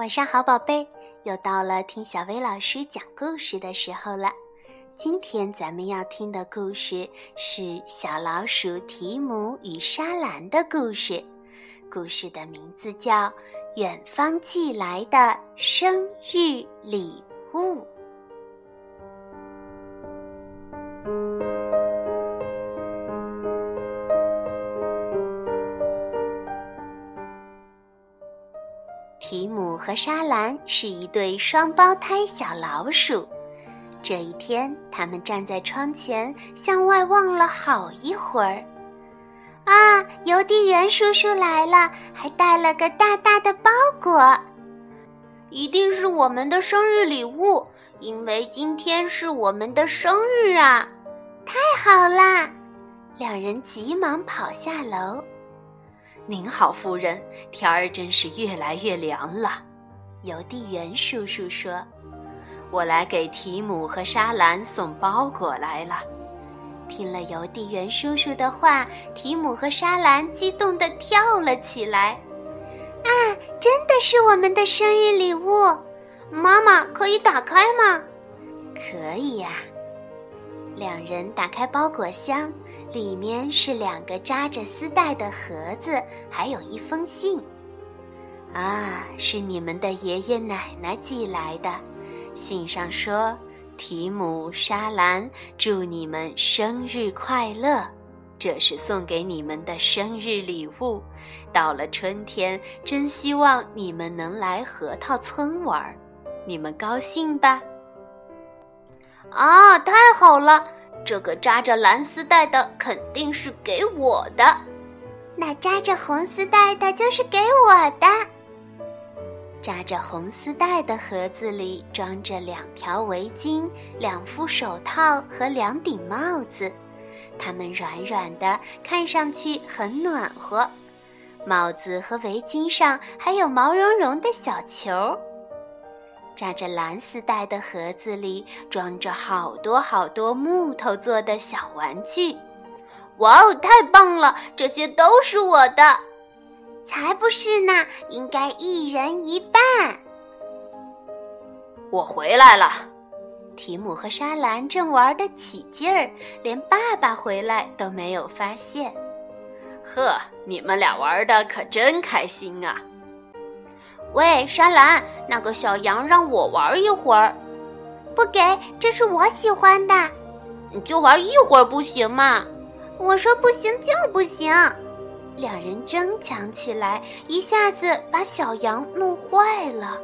晚上好，宝贝，又到了听小薇老师讲故事的时候了。今天咱们要听的故事是小老鼠提姆与莎兰的故事，故事的名字叫《远方寄来的生日礼物》。提姆和莎兰是一对双胞胎小老鼠。这一天，他们站在窗前，向外望了好一会儿。啊，邮递员叔叔来了，还带了个大大的包裹。一定是我们的生日礼物，因为今天是我们的生日啊！太好啦！两人急忙跑下楼。 您好，夫人，天儿真是越来越凉了。 邮递员叔叔说：“ 我来给提姆和莎兰送包裹来了。” 听了邮递员叔叔的话，提姆和莎兰激动地跳了起来。啊，真的是我们的生日礼物！妈妈，可以打开吗？可以呀。两人打开包裹箱，里面是2个扎着丝带的盒子，还有一封信。啊，是你们的爷爷奶奶寄来的。信上说：“提姆、莎兰，祝你们生日快乐！这是送给你们的生日礼物。到了春天，真希望你们能来核桃村玩。你们高兴吧？”啊，太好了！这个扎着蓝丝带的肯定是给我的，那扎着红丝带的就是给我的。扎着红丝带的盒子里装着2条围巾、2副手套和2顶帽子，它们软软的，看上去很暖和。帽子和围巾上还有毛茸茸的小球。扎着蓝丝带的盒子里装着好多好多木头做的小玩具。哇哦，太棒了，这些都是我的。才不是呢，应该1人1半。 我回来了。 提姆和莎兰正玩得起劲儿，连爸爸回来都没有发现。 呵，你们俩玩得可真开心啊。 喂，莎兰，那个小羊让我玩一会儿。不给，这是我喜欢的。你就玩一会儿不行吗？我说不行就不行。两人争抢起来，一下子把小羊弄坏了。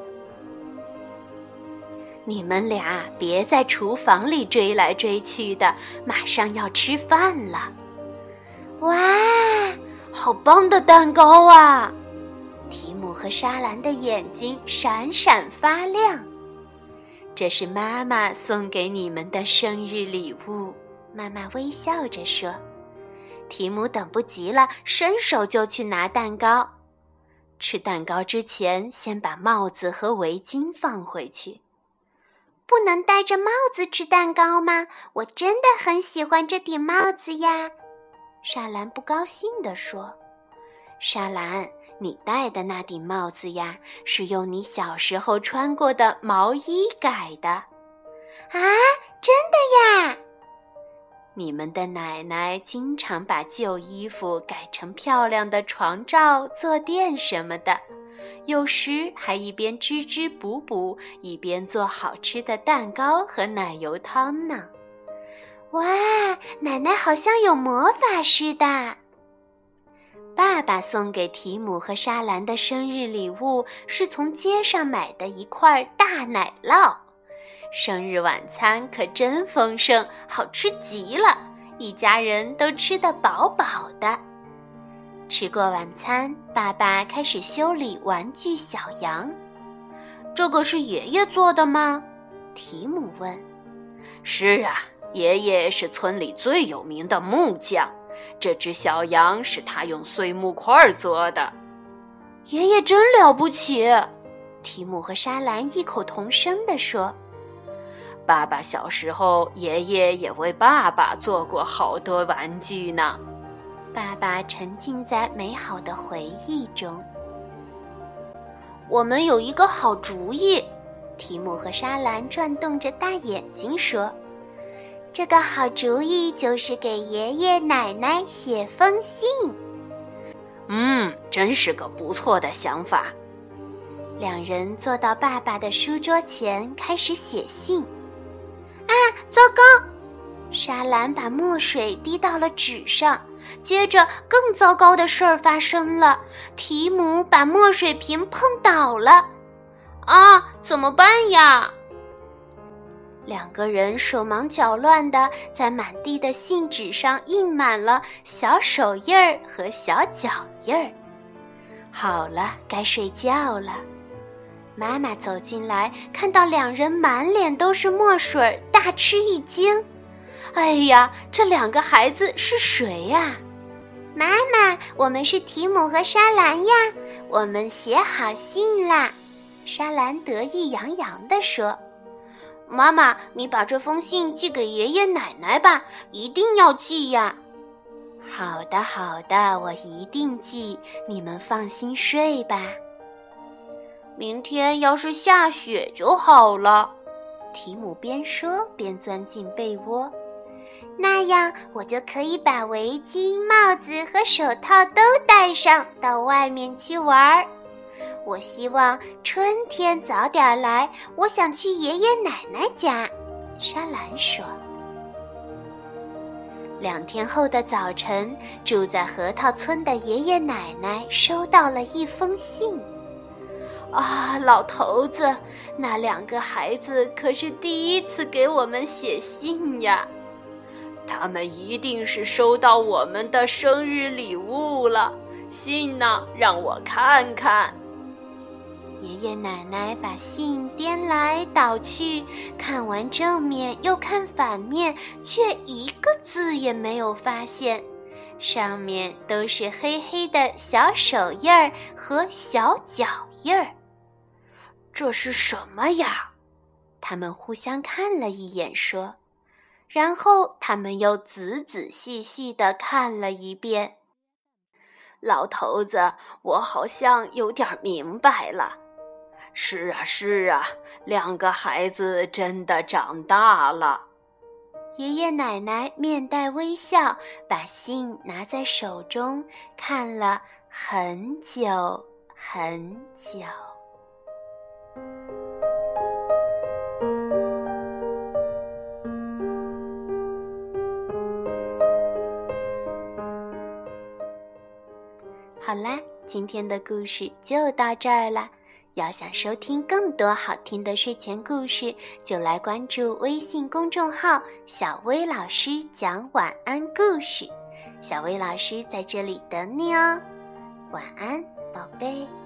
你们俩别在厨房里追来追去的，马上要吃饭了。哇，好棒的蛋糕啊！提姆和莎兰的眼睛闪闪发亮。这是妈妈送给你们的生日礼物，妈妈微笑着说。提姆等不及了，伸手就去拿蛋糕。吃蛋糕之前，先把帽子和围巾放回去。不能戴着帽子吃蛋糕吗？我真的很喜欢这顶帽子呀。莎兰不高兴地说。莎兰，你戴的那顶帽子呀，是用你小时候穿过的毛衣改的。啊，真的呀？你们的奶奶经常把旧衣服改成漂亮的床罩、坐垫什么的，有时还一边织织补补，一边做好吃的蛋糕和奶油汤呢。哇，奶奶好像有魔法似的。爸爸送给提姆和莎兰的生日礼物是从街上买的一块大奶酪。生日晚餐可真丰盛，好吃极了，一家人都吃得饱饱的。吃过晚餐，爸爸开始修理玩具小羊。这个是爷爷做的吗？提姆问。 是啊，爷爷是村里最有名的木匠，这只小羊是他用碎木块做的。 爷爷真了不起，提姆和莎兰异口同声地说。 爸爸小时候，爷爷也为爸爸做过好多玩具呢。 爸爸沉浸在美好的回忆中。 我们有一个好主意。提姆和莎兰转动着大眼睛说，这个好主意就是给爷爷奶奶写封信。 真是个不错的想法。 两人坐到爸爸的书桌前开始写信。啊，糟糕！莎兰把墨水滴到了纸上，接着更糟糕的事儿发生了，提姆把墨水瓶碰倒了。啊，怎么办呀？两个人手忙脚乱地在满地的信纸上印满了小手印儿和小脚印儿。好了，该睡觉了。妈妈走进来，看到两人满脸都是墨水，大吃一惊。哎呀，这两个孩子是谁呀？妈妈，我们是提姆和莎兰呀，我们写好信啦。莎兰得意洋洋地说，妈妈，你把这封信寄给爷爷奶奶吧，一定要寄呀。好的好的，我一定寄，你们放心睡吧。明天要是下雪就好了。提姆边说边钻进被窝，那样我就可以把围巾、帽子和手套都戴上，到外面去玩。我希望春天早点来，我想去爷爷奶奶家。莎兰说。2天后的早晨，住在核桃村的爷爷奶奶收到了一封信。啊，老头子，那2个孩子可是第一次给我们写信呀。 他们一定是收到我们的生日礼物了。信呢，让我看看。 爷爷奶奶把信颠来倒去，看完正面又看反面，却一个字也没有发现，上面都是黑黑的小手印儿和小脚印儿。这是什么呀？他们互相看了一眼说，然后他们又仔仔细细地看了一遍。老头子，我好像有点明白了。 是啊是啊，2个孩子真的长大了。 爷爷奶奶面带微笑，把信拿在手中看了很久很久。好啦，今天的故事就到这儿了。要想收听更多好听的睡前故事，就来关注微信公众号小薇老师讲晚安故事。小薇老师在这里等你哦，晚安，宝贝。